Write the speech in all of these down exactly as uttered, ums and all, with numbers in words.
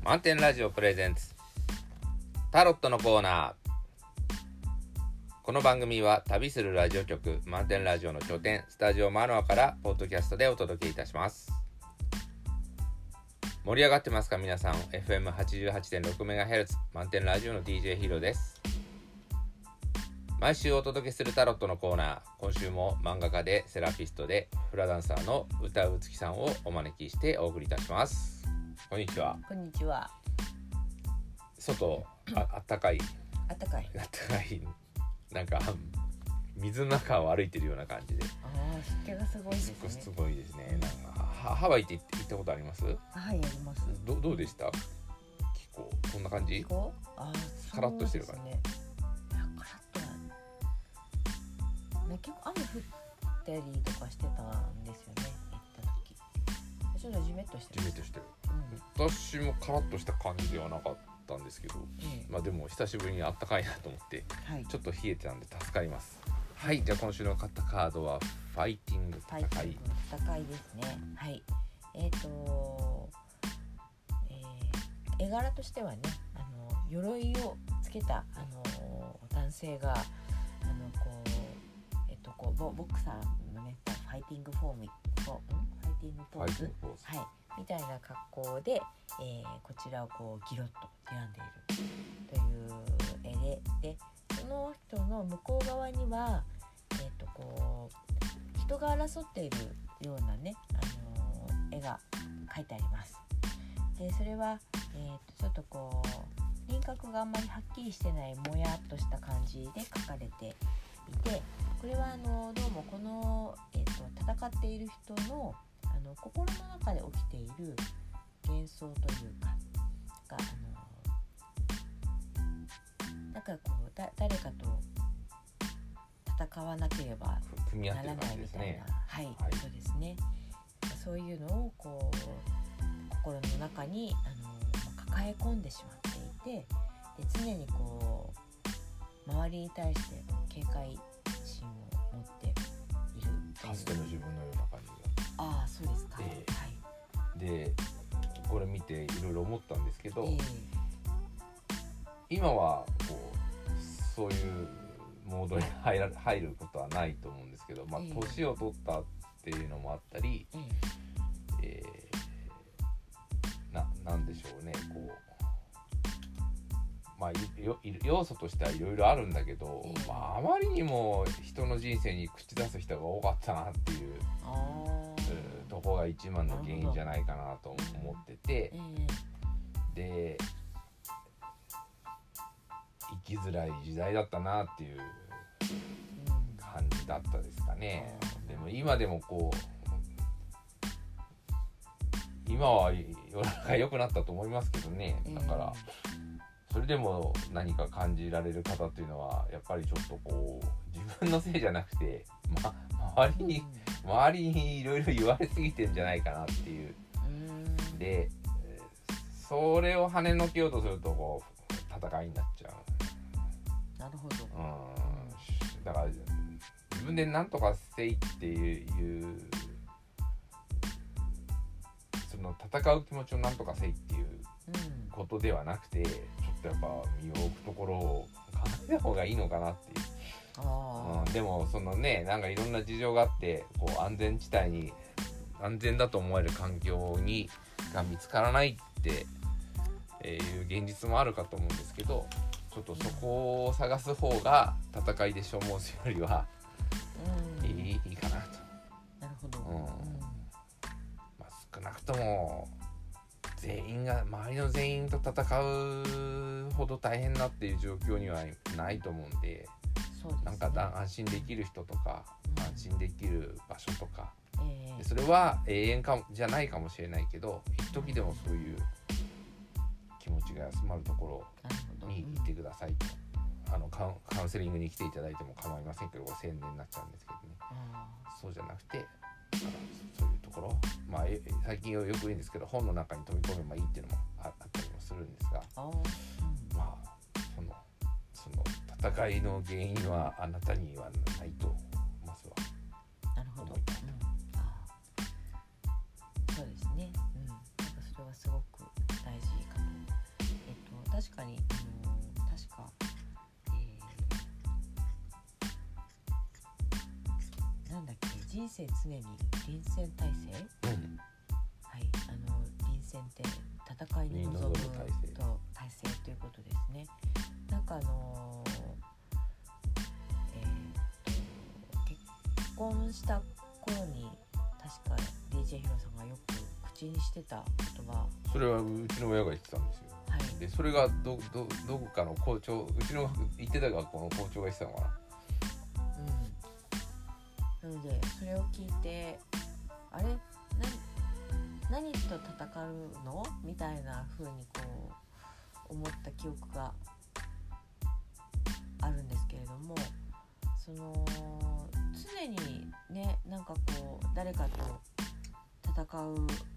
満点ラジオプレゼンツタロットのコーナー。この番組は旅するラジオ局満点ラジオの拠点スタジオマノアからポッドキャストでお届けいたします。盛り上がってますか皆さん。 エフエムはちじゅうはちてんろくメガヘルツ 満点ラジオの ディージェー ヒロです。毎週お届けするタロットのコーナー、今週も漫画家でセラピストでフラダンサーの歌うつきさんをお招きしてお送りいたします。こんにちは。 こんにちは。 外 あ, あったかいあったかいあったかいなんか水の中を歩いてるような感じで、 ああ、湿気がすごいですね。 すごいですね。なんかハワイって行ったことあります？ はい、あります。 ど, どうでした？気候こんな感じ？ 気候？ああ、 カラッとしてるからね。カラッとはね、結構雨降ったりとかしてたんですよね。行った時。ちょっとジメッとしてる。 ジメッとしてる、 うん、 私もカラッとした感じではなかったんですけど、ええ、まあでも久しぶりにあったかいなと思って、はい、ちょっと冷えてたんで助かります。はい、じゃあ今週の買ったカードはファイティング戦い。 戦いですね。はい。えっ、ー、と、えー、絵柄としてはね、あの鎧をつけたあの男性があのこうえっ、ー、とこう ボ, ボクサーのねファイティングフォームフォファイティングポーズ、はい、みたいな格好で、えー、こちらをこうギロッと睨んでいるという絵で、でその人の向こう側には、えー、とこう人が争っているようなね、あのー、絵が描いてあります。でそれは、えー、とちょっとこう輪郭があんまりはっきりしてないもやっとした感じで描かれていて、これはあのどうもこの、えー、と戦っている人の、あの心の中で起きている幻想というかが、あのなんかこうだ誰かと戦わなければならないみたいな、はい、はい、そうですね。そういうのをこう心の中にあの抱え込んでしまっていて、で常にこう周りに対して警戒心を持っている。 かつての自分のような感じが。 ああ、そうですか。 えー、はい。で、これ見ていろいろ思ったんですけど、えー、今はこうそういうモードに入ら入ることはないと思うんですけど、まあ、年を取ったっていうのもあったり、えーえー、な, なんでしょうね、こう、まあ、要素としてはいろいろあるんだけど、えーまあ、あまりにも人の人生に口出す人が多かったなっていうとこが一番の原因じゃないかなと思ってて、えー、で生きづらい時代だったなっていう感じだったですかね。でも今でもこう今は世の中良くなったと思いますけどね。だからそれでも何か感じられる方っていうのはやっぱりちょっとこう自分のせいじゃなくて、ま、周りに周りにいろいろ言われすぎてんじゃないかなっていう。でそれを跳ねのけようとするとこう戦いになっちゃう。 なるほど。 うん、だから自分で何とかせいっていうその戦う気持ちを何とかせいっていうことではなくて、ちょっとやっぱ身を置くところを考えた方がいいのかなっていう。あ、うん、でもそのね、なんかいろんな事情があってこう安全地帯に安全だと思える環境にが見つからないっていう現実もあるかと思うんですけど、ちょっとそこを探す方が戦いで消耗するよりは、うん、いい、いいかなと。 なるほど。 うん、まあ、少なくとも全員が周りの全員と戦うほど大変だっていう状況にはないと思うんで、そうですね、なんか安心できる人とか、うん、安心できる場所とか、えー、でそれは永遠かもじゃないかもしれないけど、一時でもそういう気持ちが休まるところに行ってくださいと、うん、あのカウン、カウンセリングに来ていただいても構いませんけど、ごせんえんになっちゃうんですけどね、そうじゃなくて、あのそういうところ、まあ、最近よく言うんですけど、本の中に飛び込めばいいっていうのも あ, あったりもするんですが、あ、うん、まあそのその戦いの原因はあなたにはないとまずは思いたいと。 そうですね、うん、なんかそれはすごく大事かと思い確かに、あの確か、えー、なんだっけ、人生常に臨戦態勢、うん、はい、あの臨戦って戦いに臨むと体制ということですね。なんかあのーえー、結婚した頃に確か ディージェー ヒロさんがよく口にしてた言葉、 それはうちの親が言ってたんですよ、はい、でそれが ど, ど, どこかの校長、うちの行ってた学校の校長が言ってたのかな。 うん、なのでそれを聞いて、あれ、な何と戦うのみたいな風にこう思った記憶があるんですけれども、その常にね、なんかこう誰かと戦う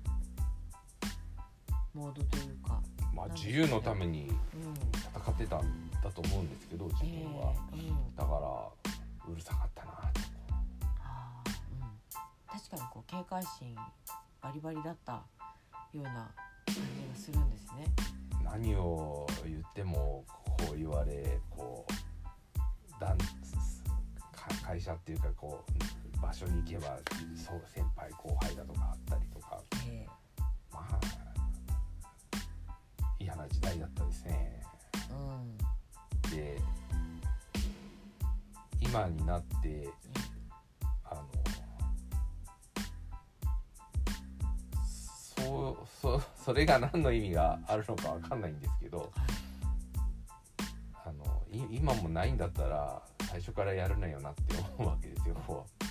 モードというか、 まあ自由のために戦ってたんだと思うんですけど、自分は、えーうん、だからうるさかったなと。 あ、うん、確かにこう警戒心バリバリだったような感じがするんですね。 何を言ってもこう言われ、こうだん会社っていうかこう場所に行けばそう先輩後輩だとかあったりとか、えー、まあ嫌な時代だったですね、うん、で今になって、あのそうそそれが何の意味があるのか分かんないんですけど、あの今もないんだったら最初からやるなよなって思うわけですよ。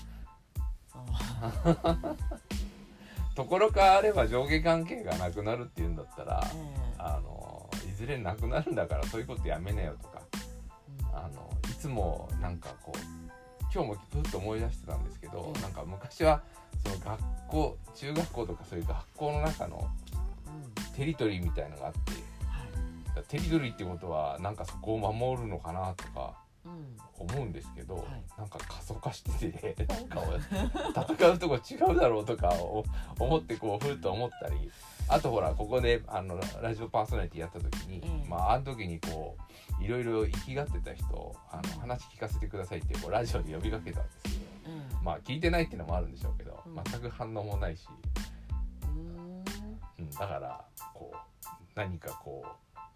ところ変われば上下関係がなくなるっていうんだったら、うん、あのいずれなくなるんだからそういうことやめなよとか、うん、あのいつもなんかこう今日もふっと思い出してたんですけど、うん、なんか昔はその学校中学校とかそういう学校の中のテリトリーみたいのがあって、うん、テリトリーってことはなんかそこを守るのかなとか思うんですけど、うん、なんか過疎化しててなんか戦うとこ違うだろうとかを思ってこうふっと思ったり、あとほらここであのラジオパーソナリティやった時に、うん、まああの時にこういろいろ生きがってた人あの話聞かせてくださいってこうラジオで呼びかけたんですけど、うん、まあ聞いてないっていうのもあるんでしょうけど、うん、全く反応もないし、うん、だからこう何かこう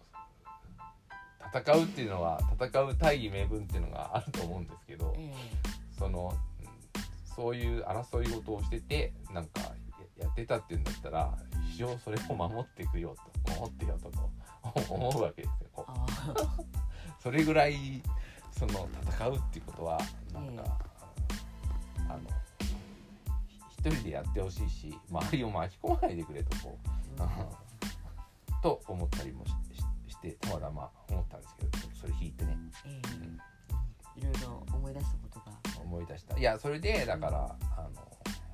戦うっていうのは戦う大義名分っていうのがあると思うんですけど、えー、そのそういう争い事をしててなんかやってたっていうんだったら一生それを守っていくよと守ってよと思うわけですよ。こうそれぐらいその戦うっていうことはなんか、えー、あの一人でやってほしいし周りを巻き込まないでくれとこう、うん、と思ったりもしてしてたまたま思ったんですけど、それ引いてね、えーうん、いろいろ思い出したことが思い出した。いやそれでだから、うん、あの、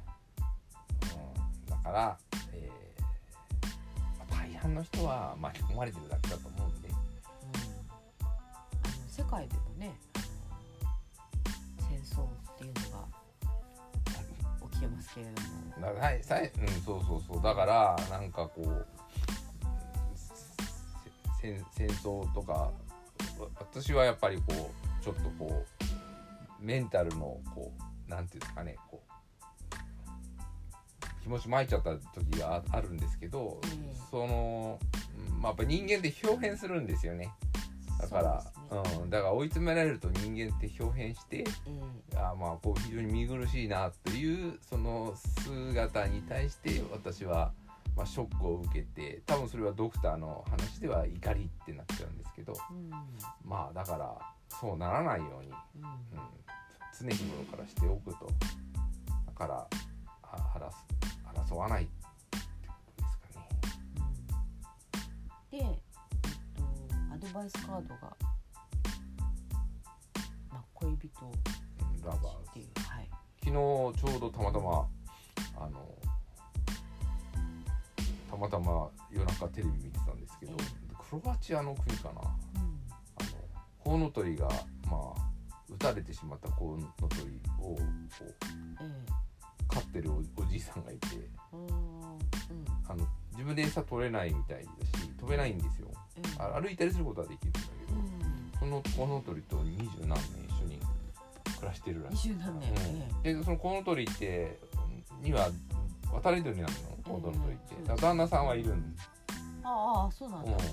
うん、だから、えー、大半の人は巻き込まれてるだけだと思うんで、うん、 あの世界でもね戦争っていうのが起きてますけれども、 はい、さい、うん、そうそうそう、だからなんかこう戦争とか私はやっぱりこうちょっとこうメンタルのこうなんていうんですかね、こう気持ち巻いちゃった時が あ, あるんですけど、うん、その、まあ、やっぱ人間って表変するんですよね。だから う、ね、うん、だから追い詰められると人間って表変して、うん、あまあこう非常に見苦しいなっていうその姿に対して私はまあ、ショックを受けて、多分それはドクターの話では怒りってなっちゃうんですけど、うん、まあだからそうならないように、うんうん、常日頃からしておくと、だから争, 争わないってことですかね、 うん、で、えっと、アドバイスカードが、まあ、恋人ラバーっていう、はい、昨日ちょうどたまたまあのたまたま夜中テレビ見てたんですけど、クロアチアの国かな、うん、あのコウノトリが、まあ、撃たれてしまったコウノトリをこう、うん、飼ってる お, おじいさんがいて、うん、あの自分で餌取れないみたいだし飛べないんですよ、うん、 あ歩いたりすることはできるんだけど、そのコウノトリと二十何年一緒に暮らしてるらしい。 二十何年、 うん、でそのコウノトリってには渡り鳥なの、コウノトリって、だから旦那さんはいるん。 ああそうなんだ、うん、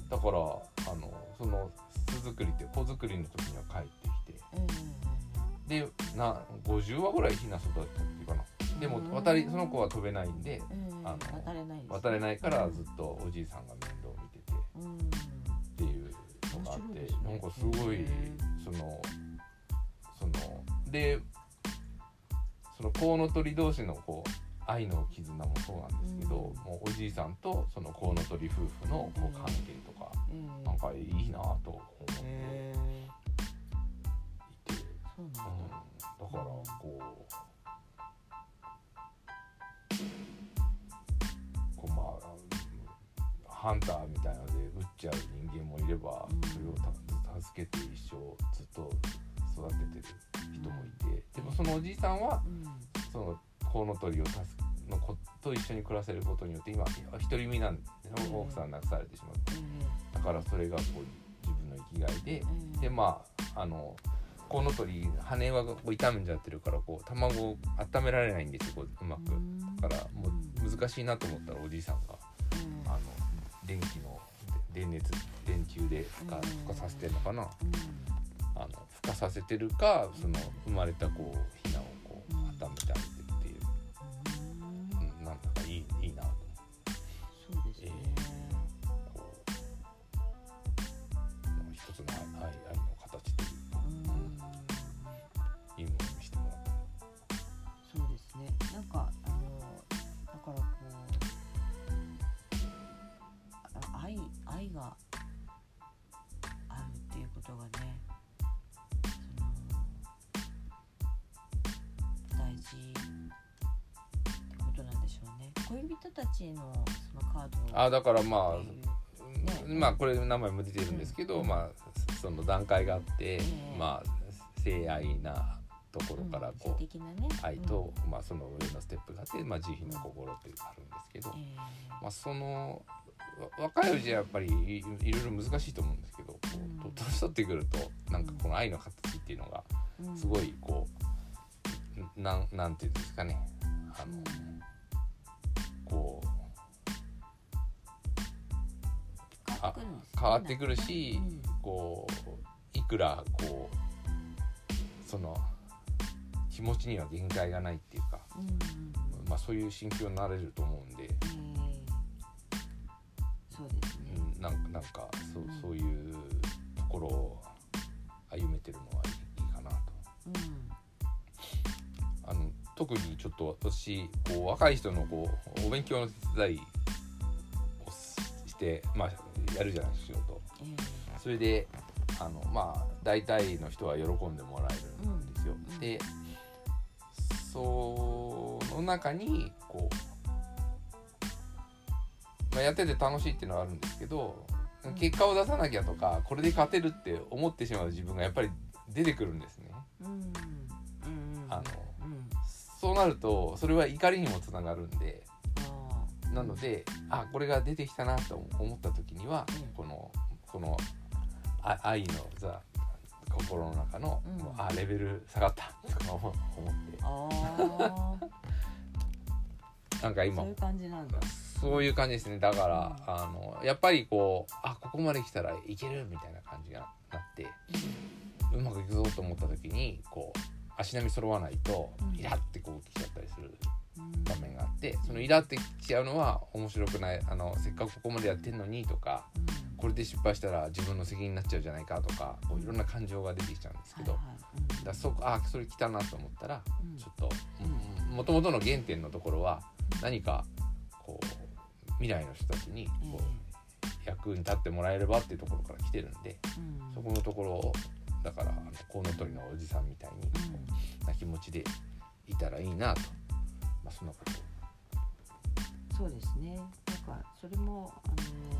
だからあのその巣作りって子作りの時には帰ってきて、でなごじゅうわぐらいひな育てたっていうかな。でも渡りその子は飛べないんで、あの渡れないです、ね、 渡れないからずっとおじいさんが面倒を見てて、うん、っていうのがあって、ね、なんかすごいそのそのでそのコウノトリ同士のこう愛の絆もそうなんですけど、うん、もうおじいさんとそのコウノトリ夫婦のこう関係とか、うん、なんかいいなと思っていて、うん、だからこうこうまあハンターみたいなので撃っちゃう人間もいれば、うん、それを助けて一生ずっと育ててる人もいて、でもそのおじいさんは、うん、そのコウノトリを助の子と一緒に暮らせることによって今独り身なんで、うん、奥さん亡くされてしまって、うん、だからそれがこう自分の生きがいで、うん、でまああのコウノトリ羽はこう傷んじゃってるからこう卵を温められないんですよ、こううまく、うん、だからもう難しいなと思ったらおじいさんが、うん、あの電気の電熱電球で孵化、孵化させてるのかな、うん、あの孵化させてるかその生まれたこうヒナをこう温めてあげてるっていう、うん、なんだかいい、いいなと思って。 そうですね、えー、こう一つの愛、愛の形というか、うん、いいものにしてもらった。 そうですね、なんかあのだからこう愛、愛があるっていうことがね、大事ってことなんでしょうね。恋人たちのそのカードあだからまあ、ね、まあこれ名前も出てるんですけど、うん、まあその段階があって、うん、まあ性愛なところからこう、うん性的なね、 愛と、うん、まあその上のステップがあって、まあ慈悲の心っていうのがあるんですけど、うん、まあその若いうちはやっぱり い, いろいろ難しいと思うんですけど、こう、うん、年取ってくるとなんかこの愛の形っていうのがすごいこう、うん、なん、なんていうんですかね、あの、うん、こうあ変わってくるし、うん、こういくらこうその気持ちには限界がないっていうか、うん、まあそういう心境になれると思うんで、うんそうですね、 うん、なんか、なんか そ, う、そういうところを歩めてるのはいいかなと、うん、あの特にちょっと私こう若い人のこうお勉強の手伝いをして、まあ、やるじゃないですか仕事、えー、それであのまあ大体の人は喜んでもらえるんですよ、うん、でその中にこうまあ、やってて楽しいっていうのはあるんですけど、結果を出さなきゃとかこれで勝てるって思ってしまう自分がやっぱり出てくるんですね、うんうん、あの、うん、そうなるとそれは怒りにもつながるんで、なのであこれが出てきたなと思った時には、うん、このこの愛のさ心の中の、うん、あレベル下がったとか思ってあなんか今そういう感じなんだ。 そういう感じですね。だから、うん、あのやっぱりこうあここまで来たらいけるみたいな感じがなって、うん、うまくいくぞと思った時にこう足並み揃わないと、うん、イラってこう来ちゃったりする場面があって、うん、そのイラってきちゃうのは面白くないあのせっかくここまでやってんのにとか、うん、これで失敗したら自分の責任になっちゃうじゃないかとか、こういろんな感情が出てきちゃうんですけど、はいはいうん、だからそあそれ来たなと思ったら、うん、ちょっともともとの原点のところは何かこう未来の人たちにこう、うん、役に立ってもらえればっていうところから来てるんで、うん、そこのところをだからあのコウノトリのおじさんみたいにこう、うん、な気持ちでいたらいいなと、まあ、そんなことそうですね。なんかそれもあの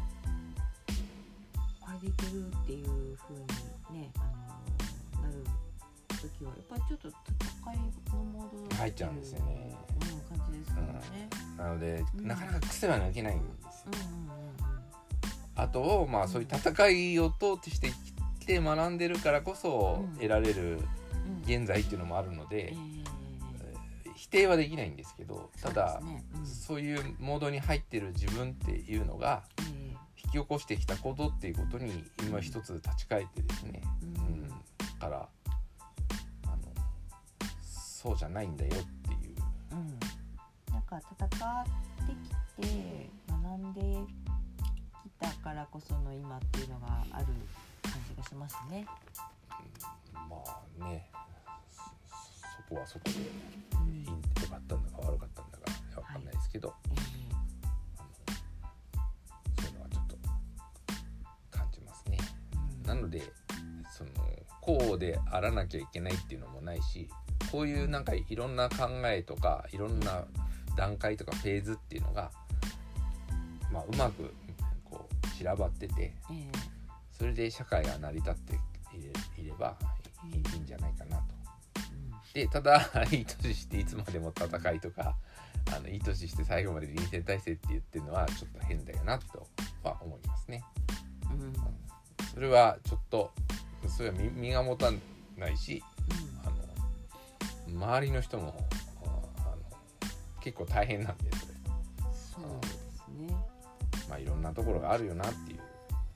これでいけるっていう風にねあのなる時はやっぱりちょっと戦いのモードに入っちゃうんですよね、 うん、感じですからね、 うん、なので、うん、なかなか癖は抜けないんですよ、 うんうんうん、 後を、まあ、そういう戦いを通ってしてきて学んでるからこそ得られる現在っていうのもあるので、うんえー、否定はできないんですけど、ただ そうですね、うん、そういうモードに入ってる自分っていうのが引き起こしてきたことっていうことに今一つ立ち返ってですね、うんうん、だからあのそうじゃないんだよっていう、 うん、なんか戦ってきて学んできたからこその今っていうのがある感じがしますね、 うん、まあね そ, そこはそこでいい、うん、良かったんだか悪かったんだか分かんないですけど、はい、あのそういうのはちょっと感じますね、うん、なのでそのこうであらなきゃいけないっていうのもないし、こういうなんかいろんな考えとかいろんな段階とかフェーズっていうのが、まあ、うまくこう散らばってて、それで社会が成り立っていれ、いればいいんじゃないかなと。でただいい年していつまでも戦いとか、あのいい年して最後まで臨戦態勢って言ってるのはちょっと変だよなとは思いますね、うん、それはちょっとそれは 身, 身が持たないし、うん、あの周りの人もあの結構大変なんでそれそうですね、 まあいろんなところがあるよなっていう、うん、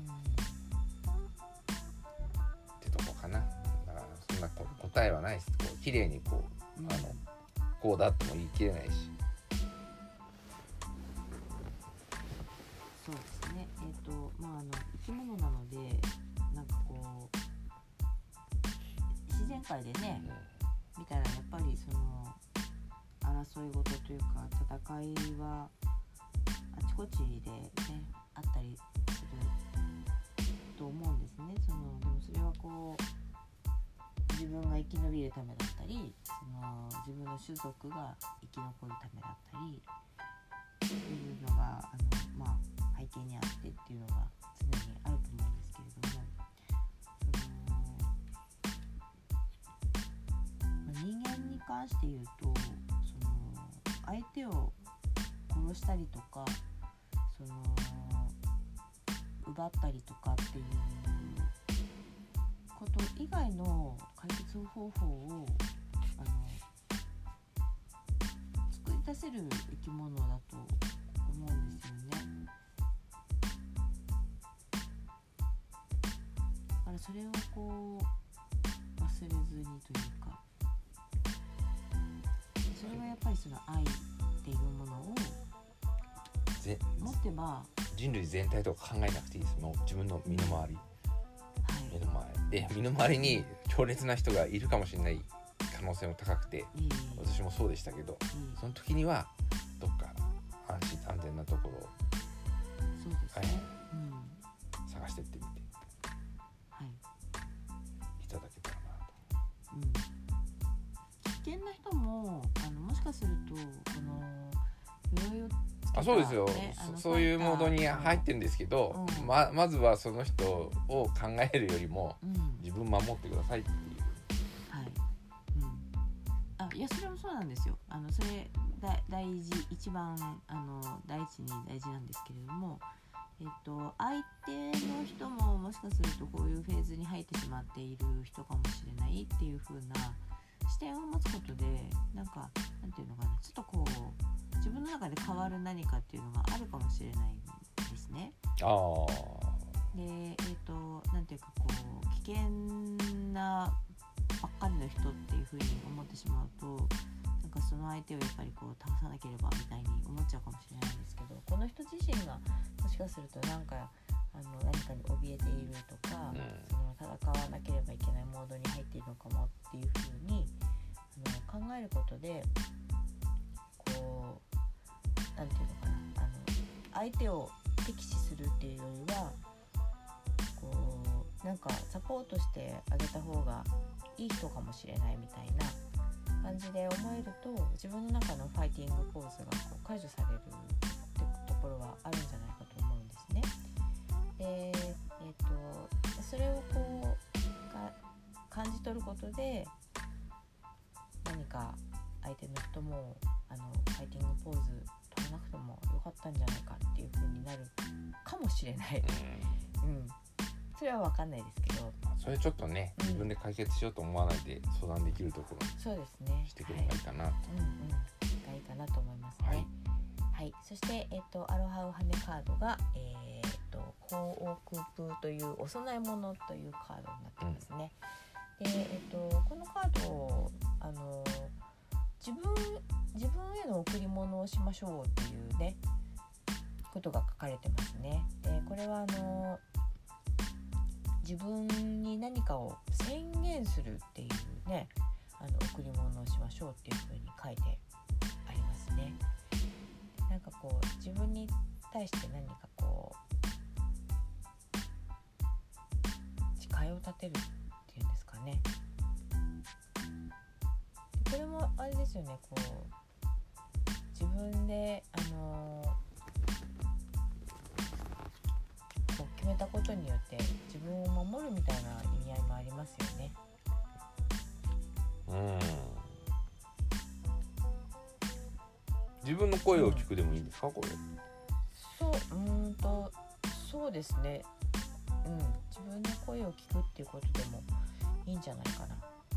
ってとこかな。だからそんな答えはないです。こう綺麗にこう、うん、あのこうだっても言い切れないし。 そうですね。えっとまああの生き物なのでなんかこう自然界でね、うん、見たらやっぱりその争い事というか戦いはあちこちでねあったりすると思うんですね。そのでもそれはこう自分が生き延びるためだったり、その自分の種族が生き残るためだったりっていうのがあの、まあ、背景にあってっていうのが常にあると思うんですけれども、その人間に関して言うとその相手を殺したりとかその奪ったりとかっていうこと以外の解決方法をあの作り出せる生き物だと思うんですよね。だからそれをこう忘れずにというか、それはやっぱりその愛っていうものを持ってば人類全体とか考えなくていいです。もう自分の身の回り、はい、目の前で身の回りに強烈な人がいるかもしれない可能性も高くて、うん、私もそうでしたけど、うん、その時にはどっか安心安全なところをそうですね、はいうん、探してってみて、 はい、 いただけたらなと、 うん、危険な人もあのもしかするとこの鎧をあそうですよ、ね、そ, そういうモードに入ってるんですけど、うん ま, まずはその人を考えるよりも、うん、自分守ってくださいっていう、 はいうん、あいやそれもそうなんですよ。あのそれだ大事一番あの第一に大事なんですけれども、えっと、相手の人ももしかするとこういうフェーズに入ってしまっている人かもしれないっていう風な視点を持つことでなんかなんていうのかなちょっとこう自分の中で変わる何かっていうのがあるかもしれないんですね。 あで、えっと、なんていうかこう危険なばっかりの人っていう風に思ってしまうとなんかその相手をやっぱりこう倒さなければみたいに思っちゃうかもしれないんですけど、この人自身がもしかするとなんかあの何かに怯えているとか、うん、その戦わなければいけないモードに入っているのかもっていう風にあの考えることでこうなんていうのかなあの相手を敵視するっていうよりはこうなんかサポートしてあげた方がいい人かもしれないみたいな感じで思えると自分の中のファイティングポーズがこう解除されるってところはあるんじゃないかと思うんですね。で、えーと、それをこうか感じ取ることで何か相手の人もあのファイティングポーズ取らなくてもよかったんじゃないかっていう風になるかもしれない、うん、うん、それは分かんないですけど、 それちょっとね、うん、自分で解決しようと思わないで相談できるところにそうですねしてくればいいかなと、 はい、うんうん、がいいかなと思いますね。はい、はい、そして、えっと、アロハウハネカードが、えー、っとホーオークプーというお供え物というカードになってますね。うん、で、えっと、このカードをあの自分自分への贈り物をしましょうっていうねことが書かれてますね。で、これはあの自分に何かを宣言するっていうね、あの贈り物をしましょうっていうふうに書いてありますね。なんかこう自分に対して何かこう誓いを立てるっていうんですかね。これもあれですよね、こう自分であのこう決めたことによって自分を守るみたいな意味合いもありますよね。 うん。自分の声を聞くでもいいんですか、うん、これ。そう、 うーんとそうですね。うん、自分の声を聞くっていうことでもいいんじゃないかな。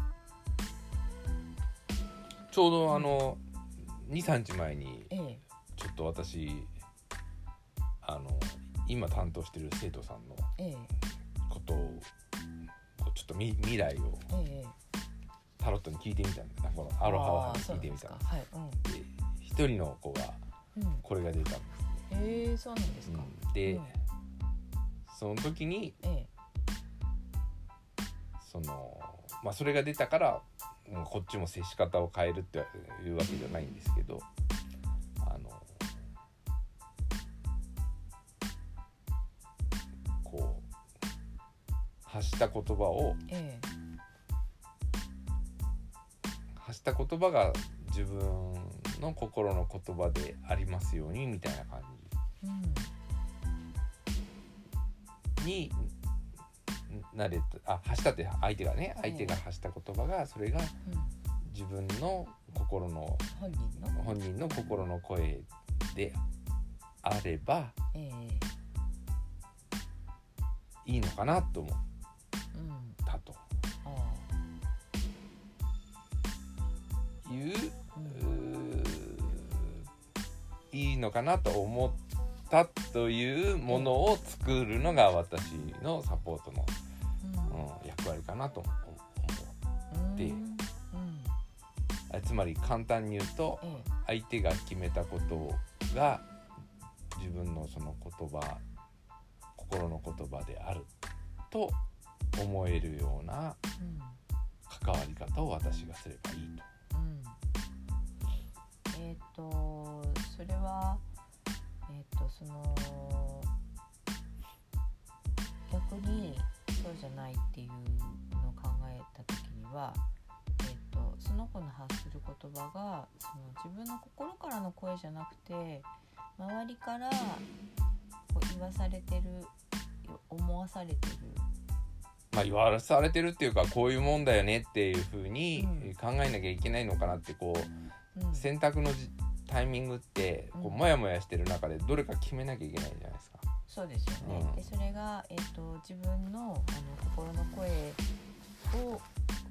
ちょうどあの、うん、にさんにちまえに、 ええ、 ちょっと私あの今担当してる生徒さんのことを、ええ、ちょっと未来をタロットに聞いてみたんだ、このアロハワに聞いてみたんです。はい、うん、で一人の子がこれが出たんですね。 うん、へえ、そうなんですか。 うん、で、うん、その時に、ええ、そのまあそれが出たからこっちも接し方を変えるっていうわけじゃないんですけど、あのこう発した言葉を、ええ、発した言葉が自分の心の言葉でありますようにみたいな感じになれた、あ、発したって相手がね、相手が発した言葉がそれが自分の心の、うん、本人の本人の心の声であれば、えー、いいのかなと思ったと、うん、いう、うん、いいのかなと思ったというものを作るのが私のサポートの、うんうん、役割かなと思って、うんうん、つまり簡単に言うと、うん、相手が決めたことが自分のその言葉、心の言葉であると思えるような関わり方を私がすればいいと、 うん、えっとそれはえっとその逆にそうじゃないっていうのを考えた時には、えっとその子の発する言葉がその自分の心からの声じゃなくて周りからこう言わされてる、思わされてる、 まあ言わされてるっていうかこういうもんだよねっていう風に考えなきゃいけないのかなって、こう、うん、選択のタイミングってこうモヤモヤしてる中でどれか決めなきゃいけないじゃないですか。 そうですよね、うん、でそれが、えーと、自分の、あの心の声を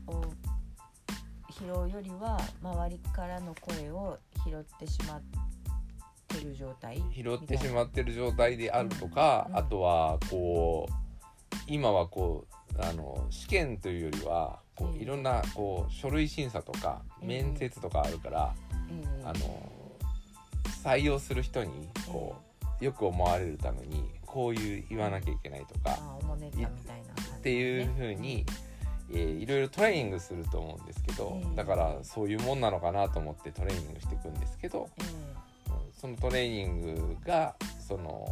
拾うよりは周りからの声を拾ってしまってる状態拾ってしまってる状態であるとか、うんうん、あとはこう今はこうあの試験というよりはこういろんなこう書類審査とか面接とかあるから、うんうん、あの採用する人にこう、うん、よく思われるためにこういう言わなきゃいけないとか、 あ、おもねったみたいな感じ、ね、 っていう風に、うん、えー、いろいろトレーニングすると思うんですけど、うん、だからそういうもんなのかなと思ってトレーニングしていくんですけど、うん、そのトレーニングがその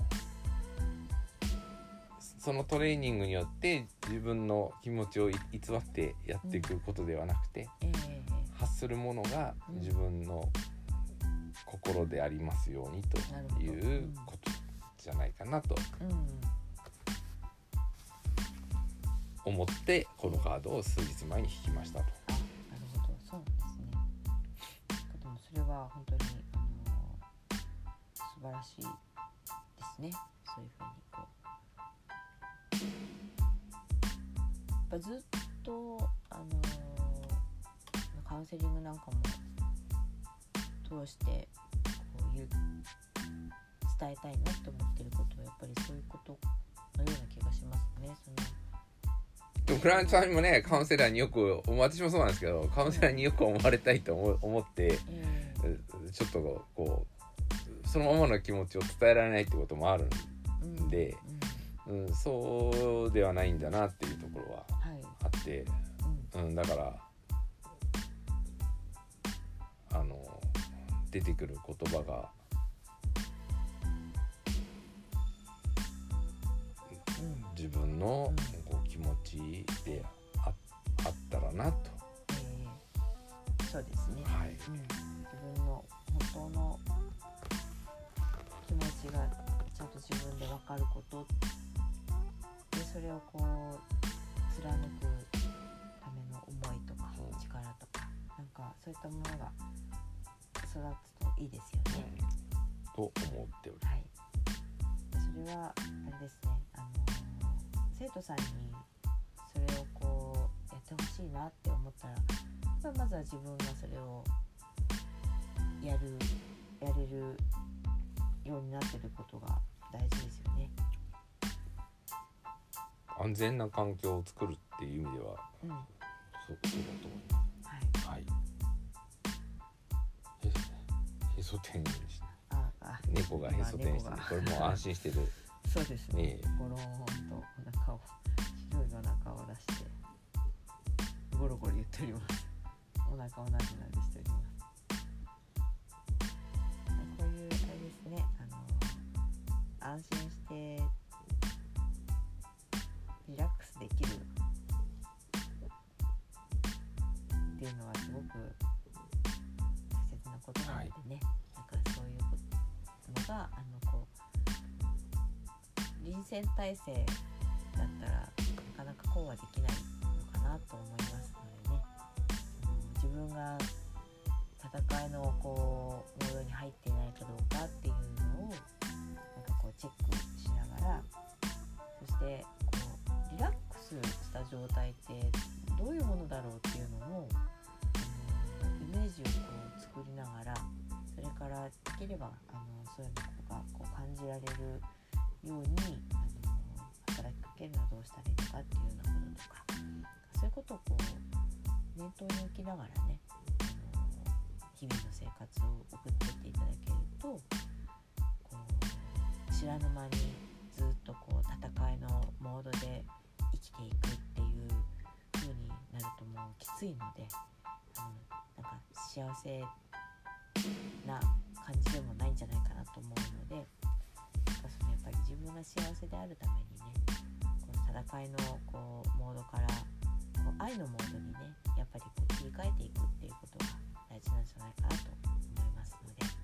そのトレーニングによって自分の気持ちを偽ってやっていくことではなくて、うん、発するものが自分の心でありますようにということじゃないかなと思ってこのカードを数日前に引きましたと。 あ、なるほど、そうですね。でもそれは本当にあの素晴らしいですね。そういうふうにこうやっぱずっと、あのー、カウンセリングなんかも通してこういう伝えたいなって思ってることはやっぱりそういうことのような気がしますね。そのでもクライアントさんにもね、カウンセラーによく、私もそうなんですけど、カウンセラーによく思われたいと思思って、えー、ちょっとこうそのままの気持ちを伝えられないってこともあるんで、うんうんうん、そうではないんだなっていうところはあって、はい、うん、だからあの出てくる言葉が、うん、自分のこう気持ちで あ, あったらなと、 えー、そうですね、はい、うん、自分の本当の気持ちがちゃんと自分で分かることで、それをこう貫くための思いとか力とか、なんかそういったものが育つといいですよね、 うん、と思っております、 はい、それはあれですね、あの生徒さんにそれをこうやってほしいなって思ったら、やっぱりまずは自分がそれをやるやれるようになってることが大事ですよね。 安全な環境を作るっていう意味では、うん、そう、そうだと思います。はい。はい。へそ天にして、ああ、猫がへそ天にして、これも安心してる。 そうですね。ゴローンとお腹を白いお腹を出してゴロゴロ言っております。お腹をなでなでしております。こういうあれですね、あの安心してリラックスできるっていうのはすごく大切なことなのでね、はい、なんかそういうのがあのこう臨戦態勢だったらなかなかこうはできないのかなと思いますのでね、自分が戦いのこうモードに入っていないかどうかっていうのをなんかこうチェックしながら、そしてこうリラックスした状態ってどういうものだろうっていうのを、うん、イメージをこう作りながら、それからできればあのそういうのがこう感じられるようにあの働きかけるのはどうしたらいいのかっていうようなものとか、そういうことをこう念頭に置きながらね、あの日々の生活を送っていっていただけると、こう知らぬ間にずっとこう戦いのモードで生きていくっていう風になるともうきついので、あのなんか幸せな感じでもないんじゃないかなと思うので、そのやっぱり自分が幸せであるためにね、この戦いのこうモードからこう愛のモードにね、やっぱりこう切り替えていくっていうことが大事なんじゃないかなと思いますので、